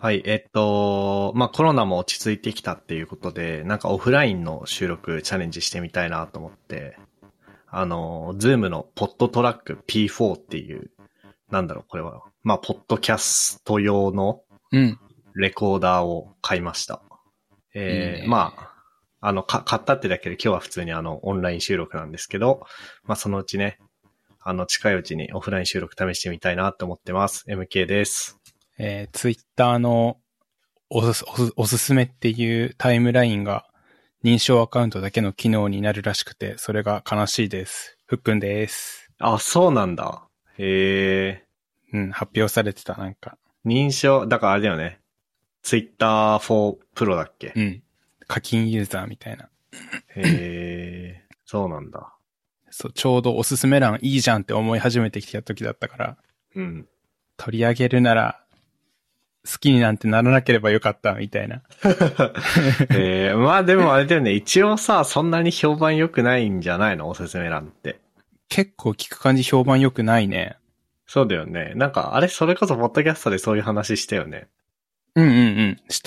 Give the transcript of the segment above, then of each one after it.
はい、まあ、コロナも落ち着いてきたっていうことで、なんかオフラインの収録チャレンジしてみたいなと思って、ズームのポッドトラック P4 っていう、なんだろう、これは。まあ、ポッドキャスト用のレコーダーを買いました。 いいね。 まあ、買ったってだけで今日は普通にオンライン収録なんですけど、まあ、そのうちね、近いうちにオフライン収録試してみたいなと思ってます。MK です。 ツイッターのおすすめっていうタイムラインが認証アカウントだけの機能になるらしくて、それが悲しいです。ふっくんです。 あ、そうなんだ。へえ。 発表されてた、なんか。 認証、だからあれだよね。Twitter for Pro だっけ？ 課金ユーザーみたいな。 へえ、そうなんだ。 そう、ちょうどおすすめ欄いいじゃんって思い始めてきた時だったから、取り上げるなら、好きになんてならなければよかったみたいな。 まあでもあれだよね。一応さ、そんなに評判良くないんじゃないの？おすすめ欄って。 結構聞く感じ評判良くないね。 そうだよね。なんか、あれ、それこそポッドキャストでそういう話したよね。 した。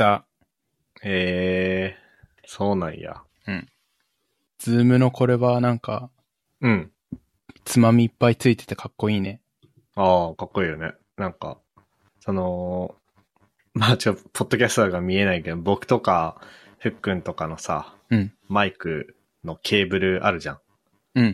そうなんや。 ズームのこれはなんか、つまみいっぱいついててかっこいいね。 ああ、かっこいいよね。なんか、まあポッドキャスターが見えないけど、僕とか、ふっくんとかのさ、マイクのケーブルあるじゃん。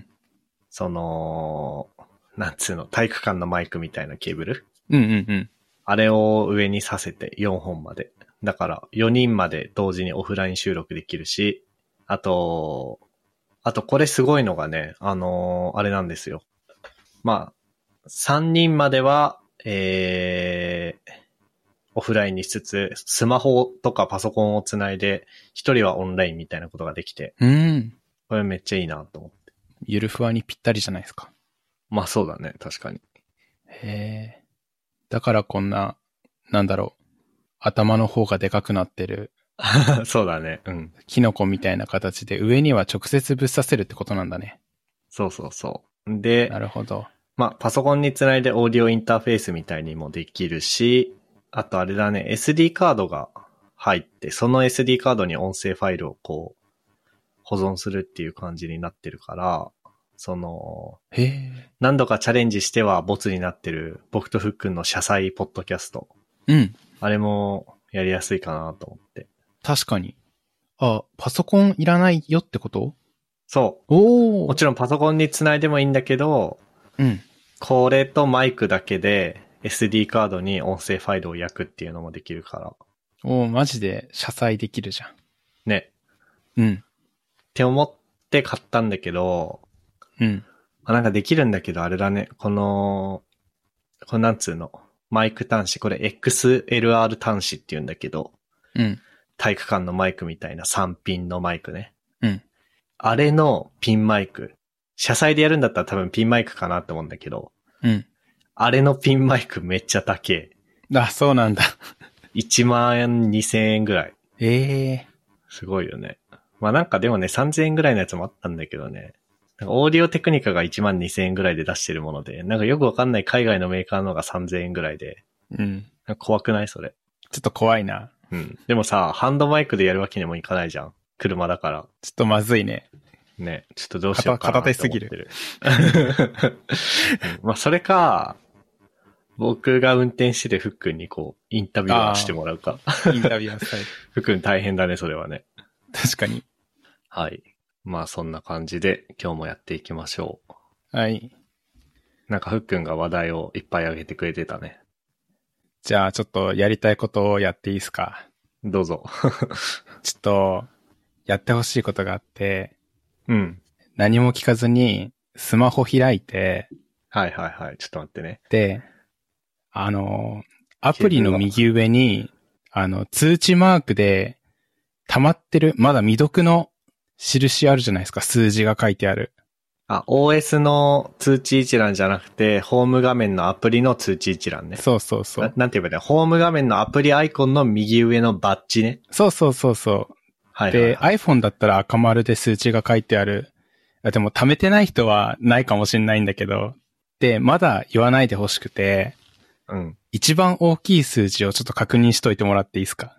なんつうの、体育館のマイクみたいなケーブル？あれを上にさせて4本まで。だから4人まで同時にオフライン収録できるし、あとこれすごいのがね、あれなんですよ。まあ、3人までは、オフラインにしつつ、スマホとかパソコンをつないで、1人はオンラインみたいなことができて、これめっちゃいいなと思って。 ゆるふわにぴったりじゃないですか。 まあそうだね、確かに。 へえ。だからこんな、なんだろう、頭の方がでかくなってる。 そうだね、 キノコみたいな形で上には直接ぶっ刺せるってことなんだね。 そうそうそう。で、 なるほど。 まあパソコンにつないでオーディオインターフェースみたいにもできるし、あとあれだね、SD カードが入って、その SD カードに音声ファイルをこう、保存するっていう感じになってるから、何度かチャレンジしてはボツになってる僕とふっくんの車載ポッドキャスト。あれもやりやすいかなと思って。 確かに。あ、パソコンいらないよってこと？ そう。もちろんパソコンにつないでもいいんだけど、これとマイクだけで SD カードに音声ファイルを焼くっていうのもできるから。 マジで車載できるじゃん。 ね。って思って買ったんだけど、なんかできるんだけどあれだね。このなんつうの。マイク端子、これ XLR 端子って言うんだけど、体育館のマイクみたいな3ピンのマイクね。あれのピンマイク。車載でやるんだったら多分ピンマイクかなって思うんだけど、あれのピンマイクめっちゃ高え。 あ、そうなんだ。 1万2000円ぐらい。すごいよね。まあなんかでもね、3000円ぐらいのやつもあったんだけどね。なんかオーディオテクニカが1万2000円ぐらいで出してるもので、なんかよくわかんない海外のメーカーのが3000円ぐらいで。なんか怖くないそれ。 ちょっと怖いな。 でもさ、ハンドマイクでやるわけにもいかないじゃん。車だから。 ちょっとまずいね。 ね、ちょっとどうしようかなって思ってる。 片手すぎる。 まあそれか、僕が運転しててふっくんにこう、インタビューをしてもらうか。 インタビューしたい。 ふっくん大変だね、それはね。 確かに。 はい。まあそんな感じで今日もやっていきましょう。 はい。 なんかふっくんが話題をいっぱいあげてくれてたね。 じゃあちょっとやりたいことをやっていいですか？ どうぞ。 ちょっと、やってほしいことがあって、 何も聞かずにスマホ開いて、 はいはいはい。ちょっと待ってね。 で、アプリの右上に、通知マークで溜まってる、まだ未読の印あるじゃないですか、数字が書いてある。 OS の通知一覧じゃなくて、ホーム画面のアプリの通知一覧ね。 そうそうそう。 なんて言えばいいんだよ。ホーム画面のアプリアイコンの右上のバッジね。 そうそうそうそう。 はいはいはい、 で、iPhone だったら赤丸で数値が書いてある。でも貯めてない人はないかもしれないんだけど、で、まだ言わないでほしくて、 うん。 一番大きい数字をちょっと確認しといてもらっていいですか？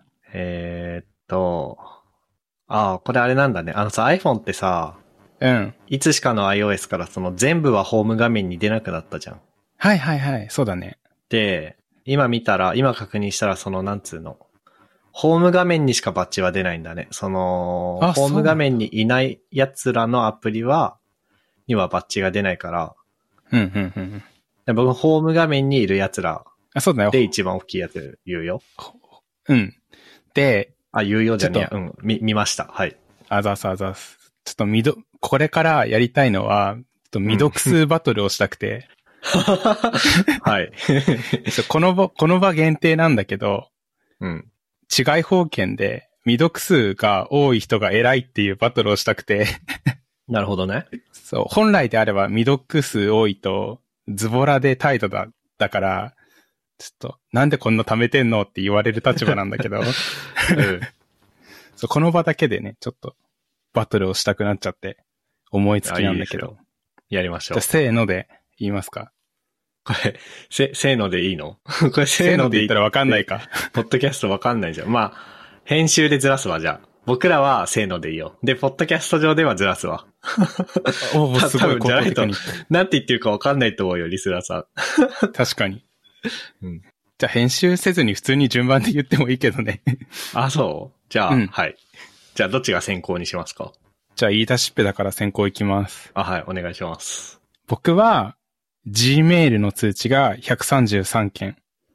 これあれなんだね。iPhone ってさ、 うん。 いつしかの iOS からその全部はホーム画面に出なくなったじゃん。 はいはいはい。そうだね。 で、今確認したらなんつうの。ホーム画面にしかバッジは出ないんだね。ホーム画面にいない奴らのアプリにはバッジが出ないから。で僕、ホーム画面にいる奴ら。 そうだよ。 で、一番大きいやつ言うよ。 うん。で、 言うよじゃねえや。うん。見ました。はい。 あざす。ちょっとこれからやりたいのは、未読数バトルをしたくて。 はい。 この場限定なんだけど、 うん。 違い方権で未読数が多い人が偉いっていうバトルをしたくて。 なるほどね。 そう、本来であれば未読数多いとズボラで態度だから、ちょっとなんでこんな貯めてんのって言われる立場なんだけど、うん、そうこの場だけでね、ちょっとバトルをしたくなっちゃって思いつきなんだけど。 やりましょう。 じゃあせーので言いますか。 これ、せーのでいいの？これせーので言ったらわかんないか。 ポッドキャストわかんないじゃん。まあ、編集でずらすわ、じゃあ。僕らはせーのでいいよ。で、ポッドキャスト上ではずらすわ。 おすごいじゃないと、なんて言ってるかわかんないと思うよ、リスナーさん。確かに。 うん。 じゃあ編集せずに普通に順番で言ってもいいけどね。 あ、そうじゃあ、はい。じゃあ、どっちが先行にしますか？ じゃあ言い出しっぺだから先行いきます。 はい、お願いします。 僕は、Gmail の通知が133件。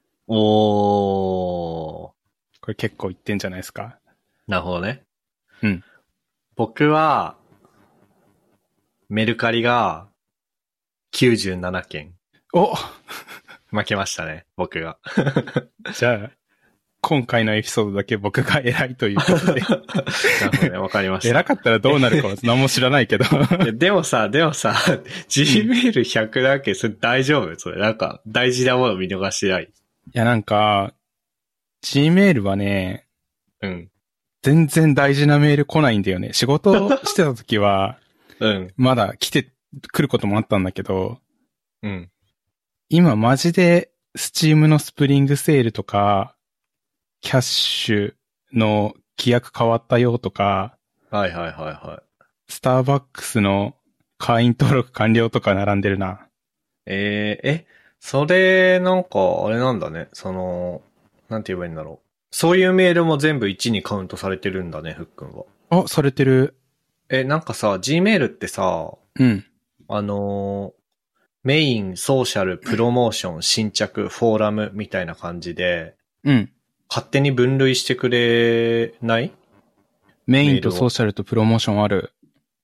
これ結構いってんじゃないですか。 なるほどね。 うん。 僕は、メルカリが97件。負けましたね、僕が。 じゃあ、今回のエピソードだけ僕が偉いということで。なるほどね、わかりました。 偉かったらどうなるかは何も知らないけど。 でもさ、Gmail100 だけ、それ大丈夫？それなんか、大事なもの見逃してない？ いやなんか、Gmail はね、 うん。 全然大事なメール来ないんだよね。仕事してた時は、 うん。 まだ来ることもあったんだけど、 うん。 今マジで、Steam のスプリングセールとか、キャッシュの規約変わったよとか、 はい。 スターバックスの会員登録完了とか並んでるな。 それ、なんか、あれなんだね。なんて言えばいいんだろう。そういうメールも全部1にカウントされてるんだね、ふっくんは。 あ、されてる。 なんかさ、Gmail ってさ、 うん。 メイン、ソーシャル、プロモーション、新着、フォーラムみたいな感じで、 うん。 勝手に分類してくれない？ メインとソーシャルとプロモーションある。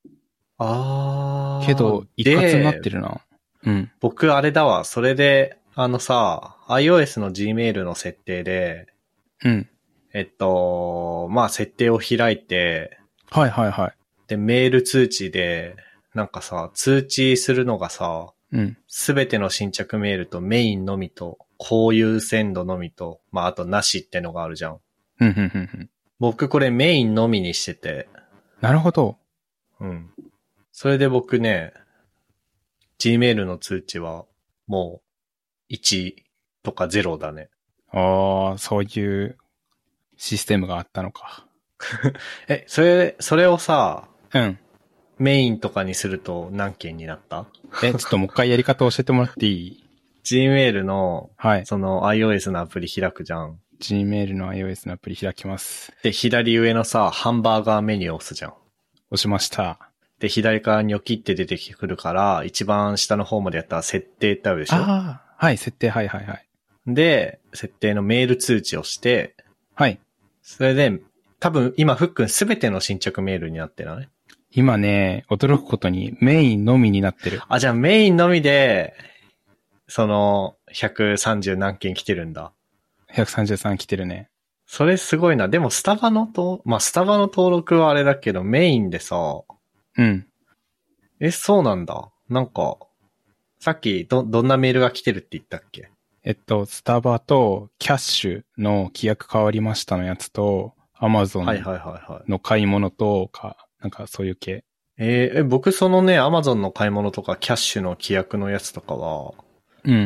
けど、一括になってるな。うん。 僕、あれだわ。それで、iOS の Gmail の設定で、 うん。 まあ、設定を開いて、 はい。 で、メール通知で、なんかさ、通知するのがさ、すべての新着メールとメインのみと、交友鮮度のみと、まあ、あとなしってのがあるじゃん。僕これメインのみにしてて。 なるほど。 うん。それで僕ね、Gmail の通知は、もう、1とか0だね。 ああ、そういうシステムがあったのか。 それをさ、 うん。 メインとかにすると何件になった？ ちょっともう一回やり方教えてもらっていい？ Gmail の、 はい。 iOS のアプリ開くじゃん。 Gmail の iOS のアプリ開きます。 で、左上のさ、ハンバーガーメニューを押すじゃん。 押しました。 で、左からニョキって出てくるから、一番下の方までやったら設定ってあるでしょ？ ああ、はい、設定、はい。 で、設定のメール通知をして、 はい。 それで、多分今、ふっくんすべての新着メールになってない？ 今ね、驚くことにメインのみになってる。 じゃあメインのみで、130何件来てるんだ。 133来てるね。 それすごいな。でもスタバの登録はあれだけど、メインでさ。 うん。 そうなんだ。なんか、さっきどんなメールが来てるって言ったっけ？ スタバとキャッシュの規約変わりましたのやつと、アマゾンの買い物とか、なんかそういう系。 僕アマゾンの買い物とかキャッシュの規約のやつとかは、 うん。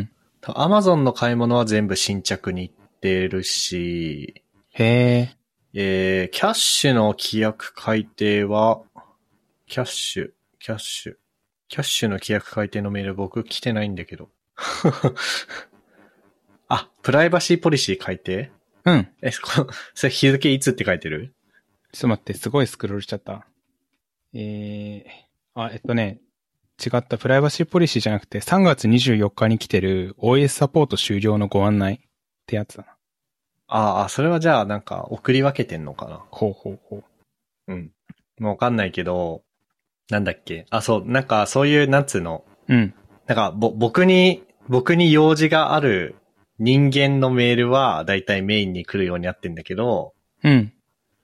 Amazon の買い物は全部新着に行ってるし、 へキャッシュの規約改定は、キャッシュの規約改定のメール僕来てないんだけど。あ、プライバシーポリシー改定？ うん。 それ日付いつって書いてる？ ちょっと待って、すごいスクロールしちゃった。違った。プライバシーポリシーじゃなくて、3月24日に来てる OS サポート終了のご案内ってやつだな。 ああ、それはじゃあなんか送り分けてんのかな。 ほうほうほう。 うん。もうわかんないけど、なんだっけ。あ、そう、なんかそういう、なんつうの。 うん。 なんか僕に用事がある人間のメールはだいたいメインに来るようになってんだけど、 うん。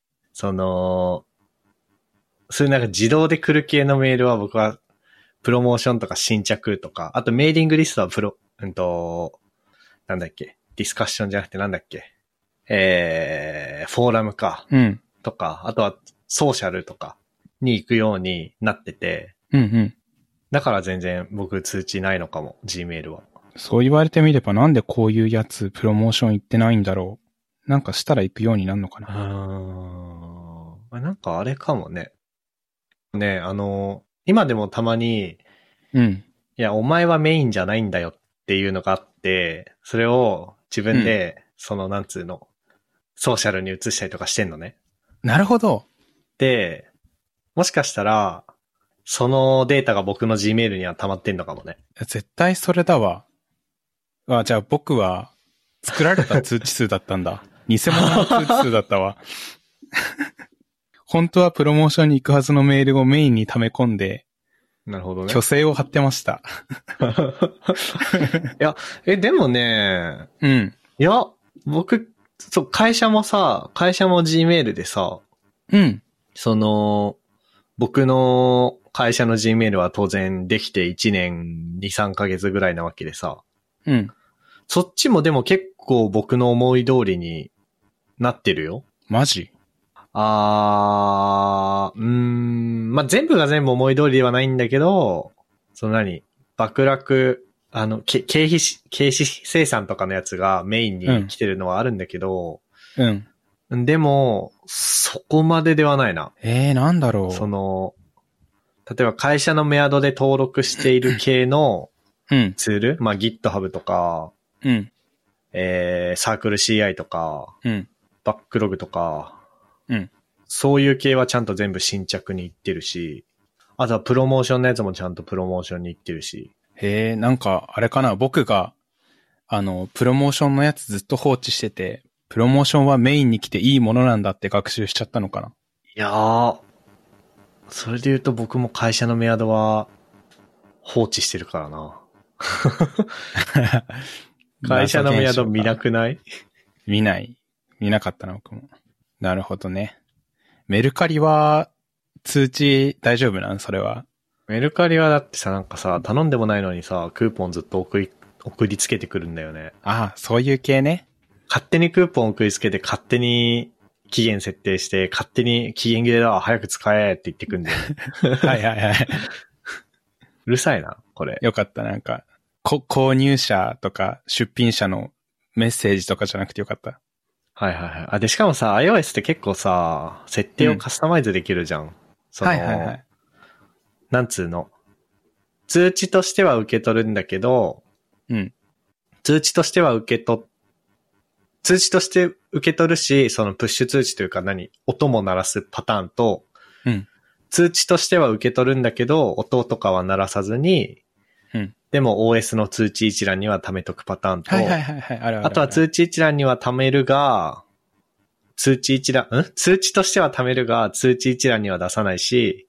そういうなんか自動で来る系のメールは僕はプロモーションとか新着とか、あとメーリングリストはなんだっけ、ディスカッションじゃなくてなんだっけ、フォーラムか、 うん。 とか、あとはソーシャルとかに行くようになってて、 うんうん。 だから全然僕通知ないのかも、Gmail は。 そう言われてみればなんでこういうやつプロモーション行ってないんだろう。なんかしたら行くようになるのかな。 なんかあれかもね。ね、今でもたまに、 うん。 いや、お前はメインじゃないんだよっていうのがあって、それを自分で、なんつうの、ソーシャルに移したりとかしてんのね。 なるほど。 で、もしかしたら、そのデータが僕の Gmail には溜まってんのかもね。 絶対それだわ。じゃあ僕は作られた通知数だったんだ。偽物の通知数だったわ。本当はプロモーションに行くはずのメールをメインに溜め込んで、 なるほどね。 虚勢を張ってました。 いや、でもね、 うん。 いや、僕、そう、会社も Gmail でさ、 うん。 僕の会社の Gmail は当然できて1年2、3ヶ月ぐらいなわけでさ、 うん。 そっちもでも結構僕の思い通りになってるよ。 マジ？ まあ、全部が全部思い通りではないんだけど、爆落、経費生産とかのやつがメインに来てるのはあるんだけど、 うん。 でも、そこまでではないな。 なんだろう。 例えば会社のメアドで登録している系のツール、まあ GitHub とか、 うん。 サークル CI とか、 うん。 バックログとか、 うん。 そういう系はちゃんと全部新着に行ってるし、あとはプロモーションのやつもちゃんとプロモーションに行ってるし。 なんか、あれかな、僕が、プロモーションのやつずっと放置してて、プロモーションはメインに来ていいものなんだって学習しちゃったのかな。 いやー、それで言うと僕も会社のメアドは放置してるからな。会社のメアド見なくない？ 見ない。見なかったな、僕も。なるほどね。メルカリは通知大丈夫なん？それは。 メルカリはだってさ、なんかさ、頼んでもないのにさ、クーポンずっと送りつけてくるんだよね。 ああ、そういう系ね。 勝手にクーポン送りつけて、勝手に期限設定して、勝手に期限切れだわ、早く使えって言ってくんだよね。 はいはいはい。 うるさいな、これ。 よかった、なんか、購入者とか出品者のメッセージとかじゃなくてよかった。 はいはいはい。で、しかもさ、iOS って結構さ、設定をカスタマイズできるじゃん。 はいはいはい。 なんつうの。通知としては受け取るんだけど、 うん。 通知として受け取るし、そのプッシュ通知というか音も鳴らすパターンと、 うん。 通知としては受け取るんだけど、音とかは鳴らさずに、 うん。 でも OS の通知一覧には貯めとくパターンと、 はいはいはいはい。 あとは通知一覧には貯めるが、通知としては貯めるが、通知一覧には出さないし、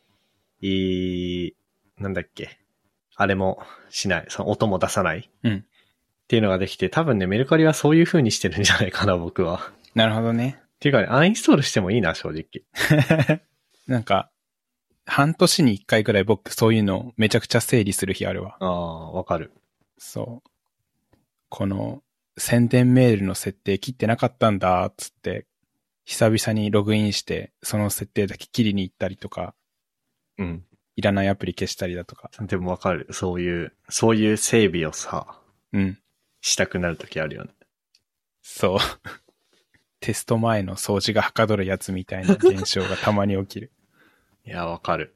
なんだっけ。あれもしない。その音も出さない。 うん。 っていうのができて、多分ね、メルカリはそういう風にしてるんじゃないかな、僕は。 なるほどね。 っていうかね、アンインストールしてもいいな、正直。 なんか、半年に一回くらい僕そういうのめちゃくちゃ整理する日あるわ。 ああ、わかる。 そう。この宣伝メールの設定切ってなかったんだ、つって、久々にログインして、その設定だけ切りに行ったりとか、 うん。 いらないアプリ消したりだとか。 でもわかる。そういう整備をさ、 うん。 したくなるときあるよね。 そう。テスト前の掃除がはかどるやつみたいな現象がたまに起きる。 いや、わかる。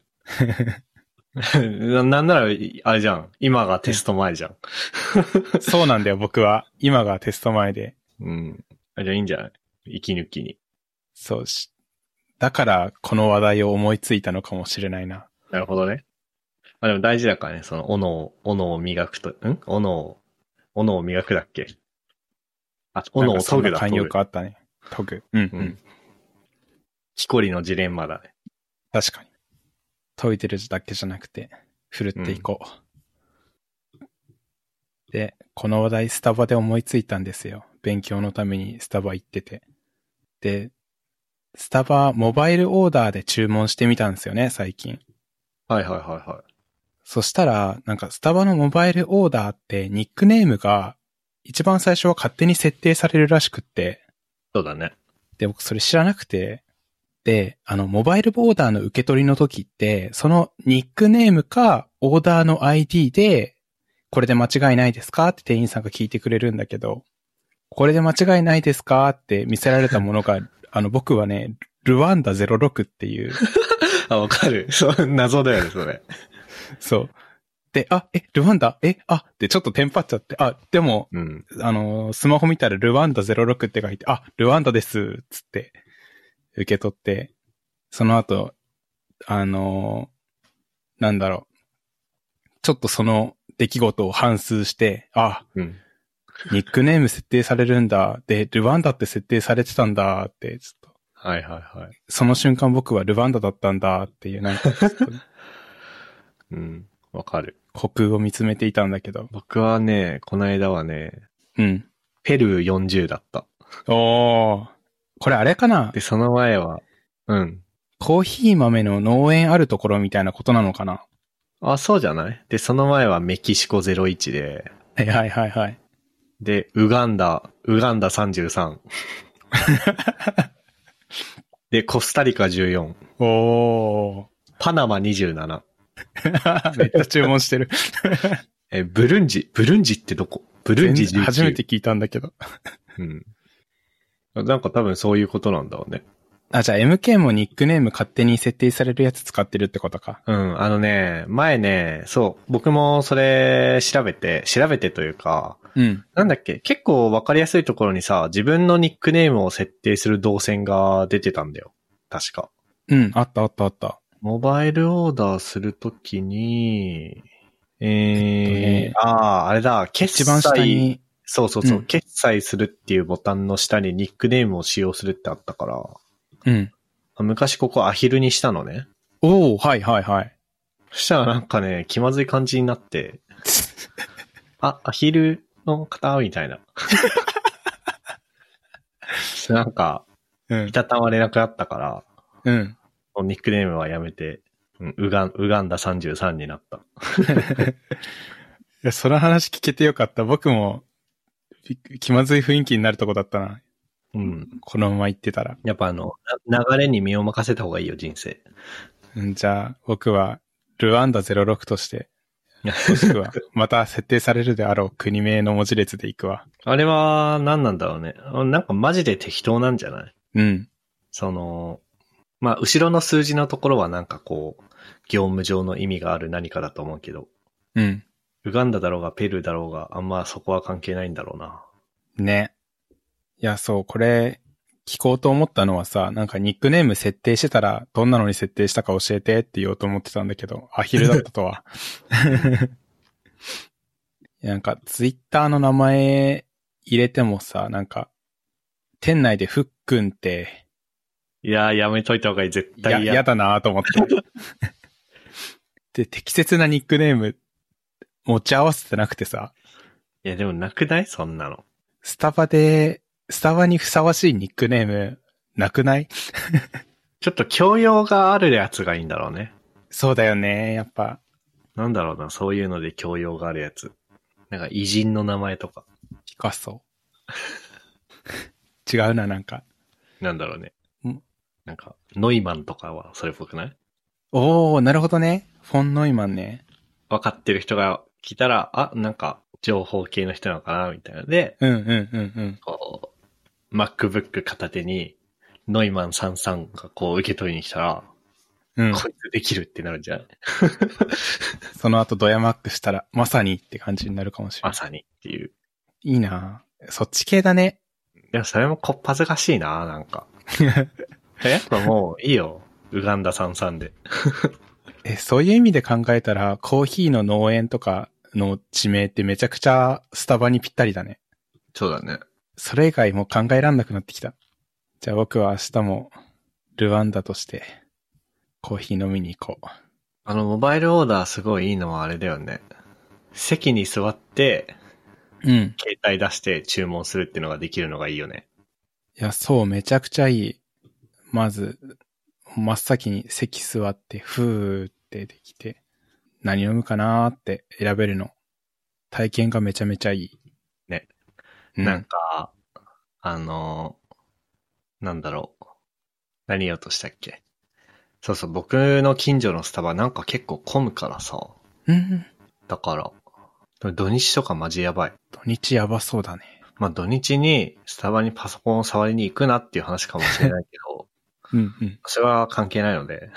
なんなら、あれじゃん。今がテスト前じゃん。 そうなんだよ、僕は。今がテスト前で。 うん。じゃあいいんじゃない息抜きに。 そうし。だから、この話題を思いついたのかもしれないな。 なるほどね。まあでも大事だからね、その、斧を磨くと、斧を磨くだっけ斧を研ぐだ。 慣用句あったね。研ぐ。うん、うん。 木こりのジレンマだね。 確かに。研いでるだけじゃなくて、振るっていこう。で、この話題スタバで思いついたんですよ。勉強のためにスタバ行ってて。で、スタバモバイルオーダーで注文してみたんですよね、最近。 はいはいはいはい。 そしたら、なんかスタバのモバイルオーダーってニックネームが一番最初は勝手に設定されるらしくって。 そうだね。 で、僕それ知らなくて。で、モバイルオーダーの受け取りの時って、そのニックネームかオーダーの ID で、これで間違いないですかって店員さんが聞いてくれるんだけど、これで間違いないですかって見せられたものが、僕はね、ルワンダ06っていう。 あ、わかる。そう、謎だよね、それ。 そう。で、ルワンダでちょっとテンパっちゃって、でも、 うん、 スマホ見たらルワンダ06って書いて、ルワンダです、つって、受け取って、その後、なんだろう。ちょっとその出来事を反芻して、 うん、 ニックネーム設定されるんだ。で、ルワンダって設定されてたんだって、ちょっと。 はいはいはい。 その瞬間僕はルワンダだったんだっていう、なんか、 うん、わかる。 虚空を見つめていたんだけど。 僕はね、この間はね、 うん。 ペルー40だった。 おー。これあれかな？ で、その前は、うん。 コーヒー豆の農園あるところみたいなことなのかな？ あ、そうじゃない？で、その前はメキシコ01で、 はいはいはいはい。 で、ウガンダ33。で、コスタリカ14。 おー。 パナマ27。 めっちゃ注文してる。 ブルンジってどこ？ブルンジ19。 初めて聞いたんだけど。 うん。なんか多分そういうことなんだろうね。 じゃあ MK もニックネーム勝手に設定されるやつ使ってるってことか。 うん、前ね、そう、僕もそれ調べてというか、 うん。 なんだっけ、結構わかりやすいところにさ、自分のニックネームを設定する動線が出てたんだよ。確か。 うん、あった。 モバイルオーダーするときに、あれだ、 一番下に。 そう、うん、決済するっていうボタンの下にニックネームを使用するってあったから、 うん。 昔ここアヒルにしたのね。 おー、はいはいはい。 そしたらなんかね、気まずい感じになって、アヒルの方みたいな。なんか、いたたまれなくなったから、 うん。 ニックネームはやめて、ウガンダ33になった。いや、その話聞けてよかった。僕も、気まずい雰囲気になるとこだったな。 うん。 このまま行ってたら。 やっぱ流れに身を任せた方がいいよ、人生。 じゃあ、僕は、ルワンダ06として、もしくは、また設定されるであろう国名の文字列で行くわ。 あれは、何なんだろうね。なんかマジで適当なんじゃない？ うん。 まあ、後ろの数字のところはなんかこう、業務上の意味がある何かだと思うけど。 うん。 ウガンダだろうがペルーだろうが、あんまそこは関係ないんだろうな。 ね。いや、そう、これ、聞こうと思ったのはさ、なんかニックネーム設定してたら、どんなのに設定したか教えてって言おうと思ってたんだけど、アヒルだったとは。なんか、ツイッターの名前入れてもさ、なんか、店内でふっくんって、 いや、やめといた方がいい、絶対嫌だなと思って。で、適切なニックネーム持ち合わせてなくてさ。 いや、でもなくない？そんなの。 スタバにふさわしいニックネーム、なくない？ ちょっと教養があるやつがいいんだろうね。 そうだよね、やっぱ。 なんだろうな、そういうので教養があるやつ。なんか偉人の名前とか。 ピカソ。違うな、なんか。 なんだろうね。なんか、ノイマンとかはそれっぽくない？ おー、なるほどね。フォンノイマンね。 分かってる人が来たら、なんか、 情報系の人なのかなみたいなので、こう、MacBook 片手に、ノイマン33がこう受け取りに来たら、こいつできるってなるんじゃない？ その後ドヤマックしたら、まさにって感じになるかもしれない。 まさにっていう。 いいなぁ。そっち系だね。 いや、それもこっぱずかしいな、なんか。やっぱもういいよ。ウガンダ33で。 そういう意味で考えたら、コーヒーの農園とかの地名ってめちゃくちゃスタバにぴったりだね。 そうだね。 それ以外も考えらんなくなってきた。じゃあ僕は明日もルワンダとしてコーヒー飲みに行こう。 モバイルオーダーすごいいいのはあれだよね。席に座って、携帯出して注文するっていうのができるのがいいよね。 いや、そう、めちゃくちゃいい。まず、真っ先に席座って、ふーってできて、何飲むかなーって選べるの。体験がめちゃめちゃいい。 ね。なんか、なんだろう。何言おうとしたっけ？そうそう、僕の近所のスタバなんか結構混むからさ。だから、土日とかマジやばい。 土日やばそうだね。 まあ土日にスタバにパソコンを触りに行くなっていう話かもしれないけど、それは関係ないので、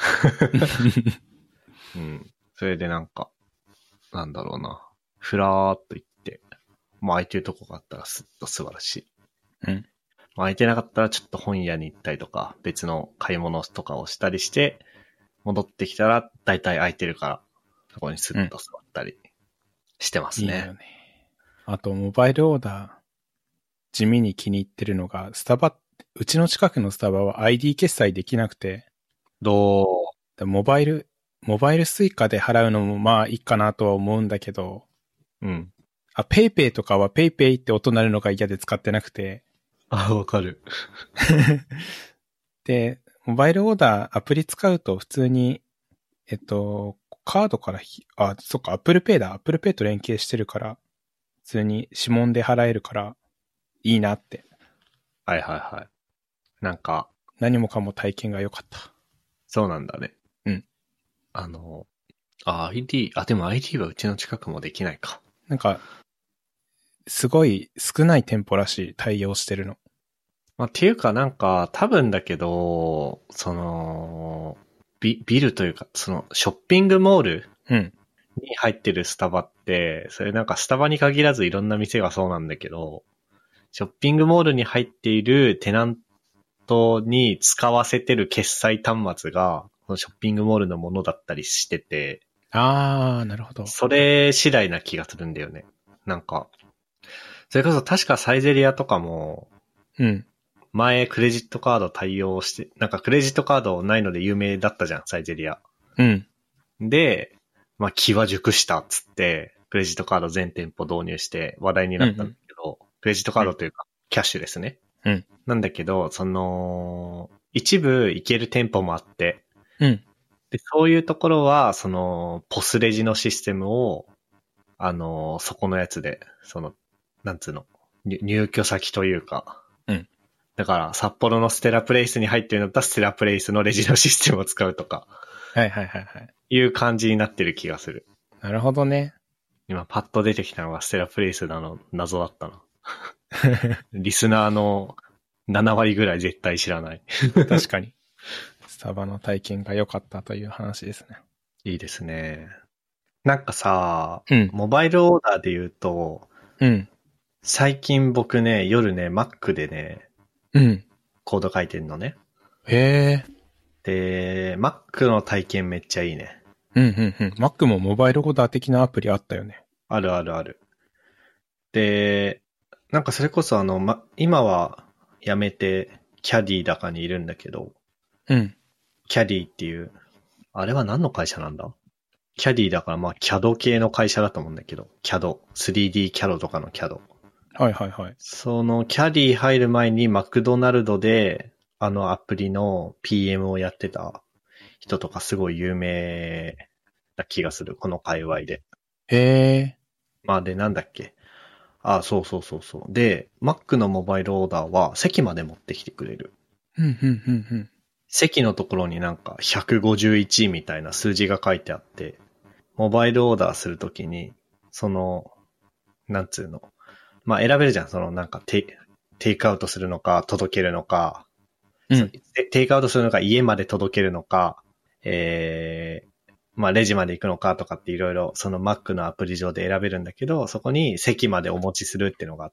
それでなんか、なんだろうな、ふらーっと行って、まあ空いてるとこがあったらすっと素晴らしい。まあ空いてなかったらちょっと本屋に行ったりとか、別の買い物とかをしたりして、戻ってきたら大体空いてるから、そこにスッと座ったりしてますね。 いいよね。あと、モバイルオーダー、地味に気に入ってるのが、うちの近くのスタバは ID 決済できなくて、モバイルスイカで払うのもまあいいかなとは思うんだけど、ペイペイとかはペイペイって音鳴るのが嫌で使ってなくて。 わかる。 で、モバイルオーダーアプリ使うと普通に、カードからそっか、Apple Pay だ。Apple Pay と連携してるから、普通に指紋で払えるから、いいなって。 はいはいはい。なんか。 何もかも体験が良かった。 そうなんだね。ID、でも ID はうちの近くもできないか。 なんか、すごい少ない店舗らしい、対応してるの。 まあ、っていうかなんか、多分だけど、ビルというか、ショッピングモールに入ってるスタバって、それなんかスタバに限らずいろんな店がそうなんだけど、ショッピングモールに入っているテナントに使わせてる決済端末が、ショッピングモールのものだったりしてて。 なるほど。 それ次第な気がするんだよね。なんか、それこそ確かサイゼリアとかも、前クレジットカード対応して、なんかクレジットカードないので有名だったじゃん、サイゼリア。で、まあ気は熟したっつって、クレジットカード全店舗導入して話題になったんだけど、クレジットカードというか、キャッシュですね。なんだけど、一部行ける店舗もあって、で、そういうところは、ポスレジのシステムを、そこのやつで、なんつうの、入居先というか、だから、札幌のステラプレイスに入ってるんだったら、ステラプレイスのレジのシステムを使うとか、いう感じになってる気がする。 なるほどね。 今、パッと出てきたのがステラプレイスなの、謎だったな。リスナーの7割ぐらい絶対知らない。 確かに。スタバの体験が良かったという話ですね。 いいですね。なんかさ、モバイルオーダーで言うと、最近僕ね、夜ね、Mac でね、コード書いてんのね。 へー。 で、Mac の体験めっちゃいいね。 Mac もモバイルオーダー的なアプリあったよね。 あるあるある。で、なんかそれこそ今はやめてキャディだかにいるんだけど、キャディっていう、あれは何の会社なんだ？キャディだからまあ CAD 系の会社だと思うんだけど、CAD、3D CAD とかの CAD。そのキャディ入る前にマクドナルドでアプリの PM をやってた人とかすごい有名な気がする、この界隈で。 へー。 まあでなんだっけ。そうそうそうそう。で、Mac のモバイルオーダーは席まで持ってきてくれる。席のところになんか151みたいな数字が書いてあって、モバイルオーダーするときに、 なんつうの。まあ選べるじゃん。そのなんかテイクアウトするのか、届けるのか、 うん。 テイクアウトするのか、家まで届けるのか、まあレジまで行くのかとかっていろいろその Mac のアプリ上で選べるんだけど、そこに席までお持ちするっていうのがあって、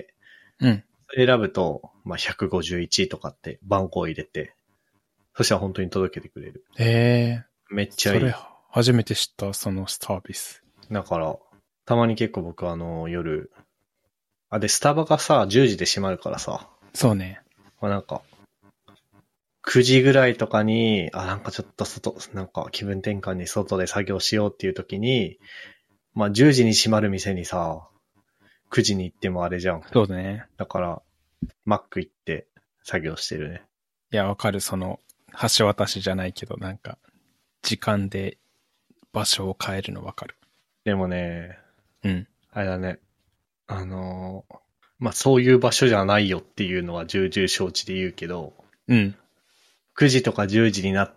うん。 それ選ぶと、まあ151とかって番号を入れて、そしたら本当に届けてくれる。めっちゃいい。 それ初めて知った、そのサービス。 だから、たまに結構僕夜、で、スタバがさ、10時で閉まるからさ。 そうね。 まあなんか、9時ぐらいとかに、なんかちょっとなんか気分転換に外で作業しようっていう時に、まあ10時に閉まる店にさ、9時に行ってもあれじゃん。 そうだね。 だから、Mac 行って作業してるね。 いや、わかる。その、橋渡しじゃないけど、なんか、時間で場所を変えるのわかる。 でもね、 うん。 あれだね。まあ、そういう場所じゃないよっていうのは重々承知で言うけど、 うん。 9時とか10時になって、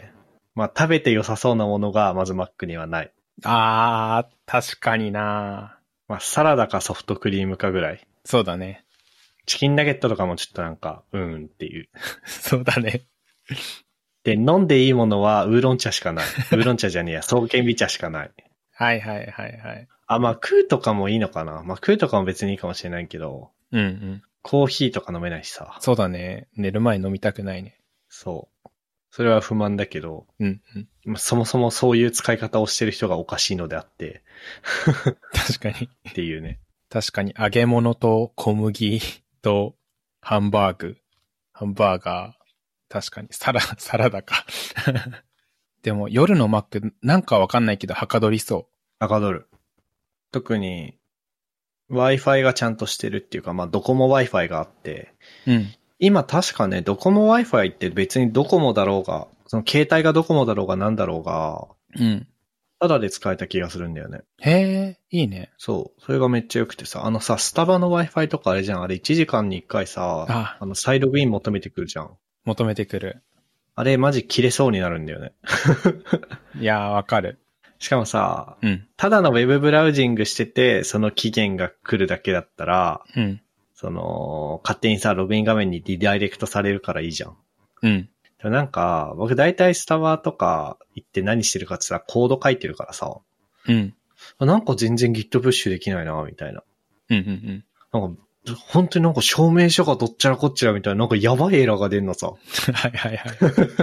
まあ、食べて良さそうなものがまず Mac にはない。 確かにな。 まあ、サラダかソフトクリームかぐらい。 そうだね。 チキンナゲットとかもちょっとなんか、っていう。 そうだね。 で、飲んでいいものはウーロン茶しかない。ウーロン茶じゃねえや、爽健美茶しかない。 はいはいはいはい。 まあ、クーとかもいいのかな。まあ、クーとかも別にいいかもしれないけど、 うんうん。 コーヒーとか飲めないしさ。 そうだね。寝る前飲みたくないね。 そう。それは不満だけど、 うんうん。 まあ、そもそもそういう使い方をしてる人がおかしいのであって、 確かに。 っていうね。 確かに揚げ物と小麦とハンバーガー。確かにサラダか。でも夜のマックなんかわかんないけどはかどりそう。 はかどる。特に Wi-Fi がちゃんとしてるっていうか、まあドコモ Wi-Fi があって、 うん。 今確かね、ドコモ Wi-Fi って別にドコモだろうが、その携帯がドコモだろうがなんだろうが、 うん。 ただで使えた気がするんだよね。 へえ、いいね。 そう。それがめっちゃ良くてさ、スタバの Wi-Fi とかあれじゃん。あれ1時間に1回さ、サイドログイン求めてくるじゃん。 求めてくる。 あれマジ切れそうになるんだよね。 いやー、わかる。 しかもさ、 うん。 ただのウェブブラウジングしてて、その期限が来るだけだったら、 うん。 勝手にさ、ログイン画面にリダイレクトされるからいいじゃん。 うん。 なんか、僕大体スタバとか行って何してるかってさ、コード書いてるからさ、 うん。 なんか全然 Git プッシュできないな、みたいな。 うんうんうん。 なんか、本当になんか証明書がどっちらこっちらみたいな、なんかやばいエラーが出んのさ。 はいはいはい。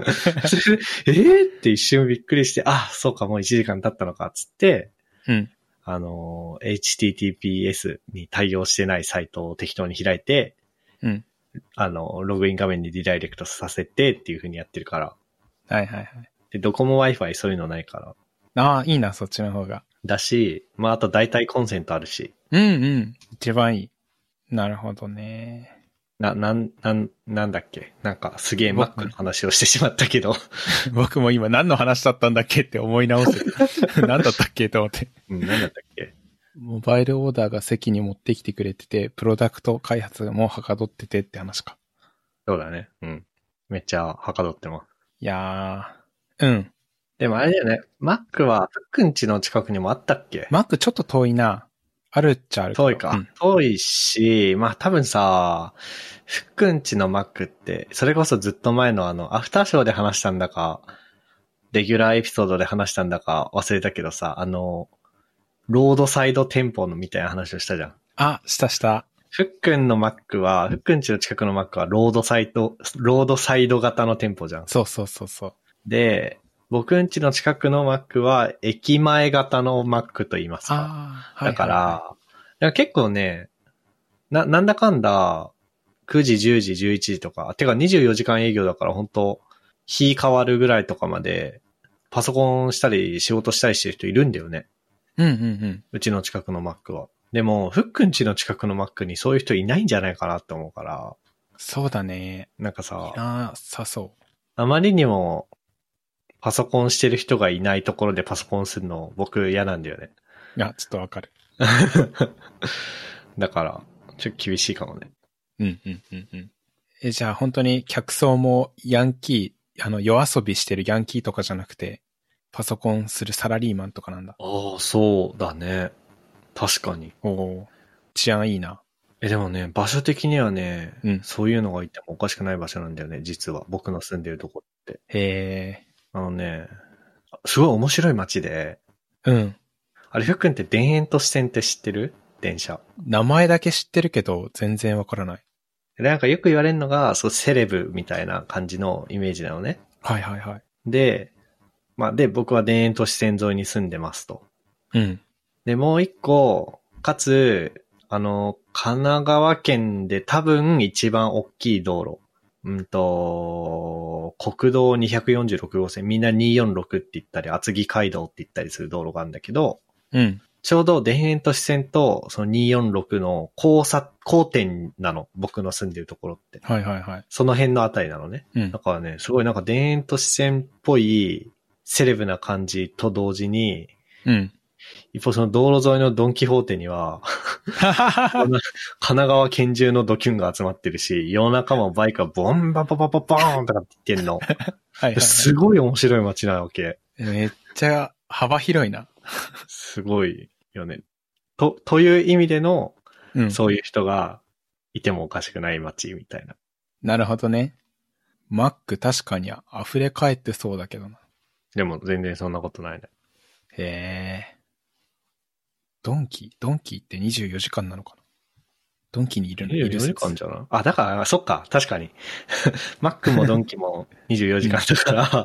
って一瞬びっくりして、そうか、もう1時間経ったのか、つって、 うん。 HTTPS に対応してないサイトを適当に開いて、 うん。 ログイン画面にリダイレクトさせてっていう風にやってるから。 はいはいはい。 で、ドコモ Wi-Fi そういうのないから。 いいな、そっちの方が。 だし、まあ、あと大体コンセントあるし。 うんうん。一番いい。なるほどね。 なんだっけなんかすげえ Mac の話をしてしまったけど。 僕も今何の話だったんだっけって思い直して。何だったっけと思って。 何だったっけモバイルオーダーが席に持ってきてくれてて、プロダクト開発もはかどっててって話か。 そうだね。うん。めっちゃはかどってます。 いやー、うん。 でもあれだよね。Mac は、ふっくんちの近くにもあったっけ Mac ちょっと遠いな。あるっちゃあるけど。 遠いか。うん、遠いし、まあ多分さ、ふっくんちの Mac って、それこそずっと前のアフターショーで話したんだか、レギュラーエピソードで話したんだか忘れたけどさ、ロードサイド店舗のみたいな話をしたじゃん。 した。 ふっくんの Mac は、ふっくんちの近くの Mac はロードサイド型の店舗じゃん。 そう。 で、僕んちの近くの Mac は駅前型の Mac と言いますか。だから、結構ね、なんだかんだ、9時、10時、11時とか、てか24時間営業だから本当日変わるぐらいとかまで、パソコンしたり仕事したりしてる人いるんだよね。うちの近くの Mac は。でも、ふっくんちの近くの Mac にそういう人いないんじゃないかなって思うから。 そうだね。 なんかさ、 いなさそう。 あまりにも、パソコンしてる人がいないところでパソコンするの僕嫌なんだよね。 いや、ちょっとわかる。 だから、ちょっと厳しいかもね。 じゃあ本当に客層もヤンキー、夜遊びしてるヤンキーとかじゃなくて、パソコンするサラリーマンとかなんだ。 そうだね。 確かに。 おー、治安いいな。 でもね、場所的にはね、 うん、 そういうのがいてもおかしくない場所なんだよね、実は。僕の住んでるとこって。 へすごい面白い街で。 うん。 あれ、ふっくんって田園都市線って知ってる？電車。 名前だけ知ってるけど、全然わからない。 でなんかよく言われるのが、そう、セレブみたいな感じのイメージなのね。 はいはいはい。 で、僕は田園都市線沿いに住んでますと。 うん。 で、もう一個、かつ、神奈川県で多分一番大きい道路。国道246号線、みんな246って言ったり、厚木街道って言ったりする道路があるんだけど、 うん。 ちょうど田園都市線とその246の交点なの。僕の住んでるところって。 はいはいはい。 その辺のあたりなのね。 うん。 だからね、すごいなんか田園都市線っぽいセレブな感じと同時に、 うん。 一方その道路沿いのドンキホーテには、神奈川県中のドキュンが集まってるし、夜中もバイクがボンバババババーンとかって言ってんの。 はいはいはい、 すごい面白い街なわけ。 めっちゃ幅広いな。 すごいよね。という意味での、 うん、 そういう人がいてもおかしくない街みたいな。 なるほどね。マック確かに溢れ返ってそうだけどな。 でも全然そんなことないね。 へえ。ドンキって24時間なのかな？ドンキにいるの？ 24時間じゃない？あ、だから、そっか、確かに。マックもドンキも24時間だから、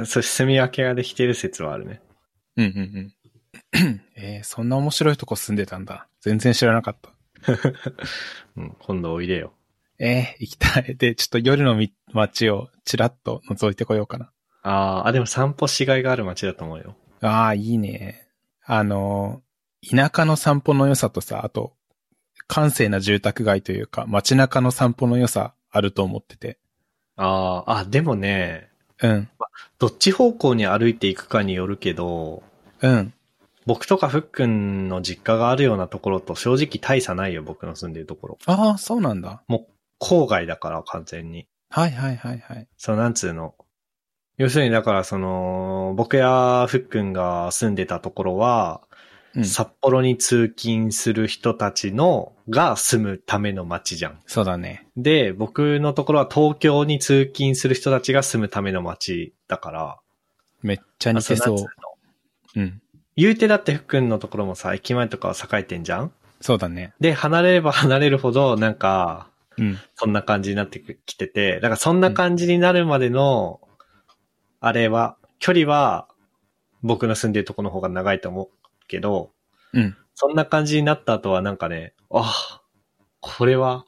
そう住み分けができてる説はあるね。 うんうんうん。そんな面白いとこ住んでたんだ。全然知らなかった。 うん、今度おいでよ。 行きたい。で、ちょっと夜の街をちらっと覗いてこようかな。 でも散歩しがいがある街だと思うよ。 いいね。田舎の散歩の良さとさ、あと、閑静な住宅街というか、街中の散歩の良さあると思ってて。 でもね、 うん。 どっち方向に歩いていくかによるけど、 うん。 僕とかふっくんの実家があるようなところと正直大差ないよ、僕の住んでるところ。 ああ、そうなんだ。 もう、郊外だから完全に。 はいはいはいはい。 なんつうの。要するにだから僕やふっくんが住んでたところは、うん、札幌に通勤する人たちが住むための街じゃん。 そうだね。 で、僕のところは東京に通勤する人たちが住むための街だから。 めっちゃ似てそう。うん。 言うてだってふっくんのところもさ、駅前とかは栄えてんじゃん？ そうだね。 で、離れれば離れるほど、なんか、 うん。 そんな感じになってきてて、だからそんな感じになるまでの、距離は、僕の住んでるとこの方が長いと思うけど、 うん。 そんな感じになった後はなんかね、これは、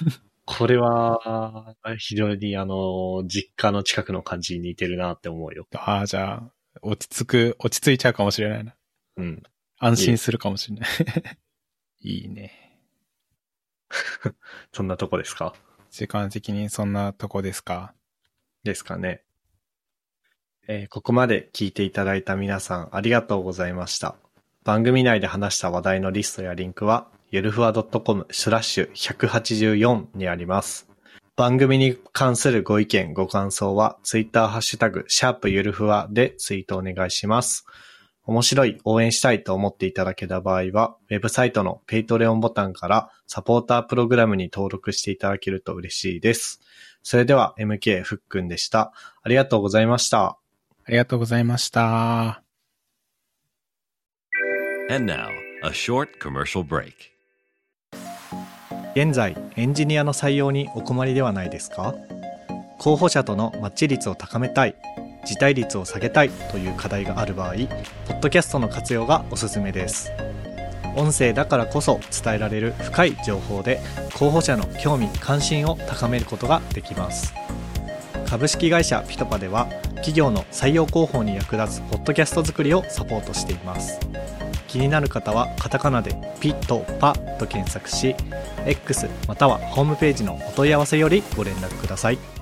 非常に実家の近くの感じに似てるなって思うよ。 じゃあ、落ち着いちゃうかもしれないな。 うん。 安心するかもしれない。いいね。 そんなとこですか？ 時間的にそんなとこですか？ ですかね。ここまで聞いていただいた皆さんありがとうございました。番組内で話した話題のリストやリンクは、ゆるふわ .com/184 にあります。番組に関するご意見、ご感想は、ツイッターハッシュタグ、#ゆるふわでツイートお願いします。面白い、応援したいと思っていただけた場合は、ウェブサイトのペイトレオンボタンからサポータープログラムに登録していただけると嬉しいです。それでは MK ふっくんでした。ありがとうございました。 ありがとうございました。 And now, a short commercial break. 現在、エンジニアの採用にお困りではないですか？候補者とのマッチ率を高めたい、辞退率を下げたいという課題がある場合、ポッドキャストの活用がおすすめです。音声だからこそ伝えられる深い情報で、候補者の興味・関心を高めることができます。株式会社ピトパでは、企業の採用広報に役立つポッドキャスト作りをサポートしています。気になる方はカタカナでピトパと検索し、X またはホームページのお問い合わせよりご連絡ください。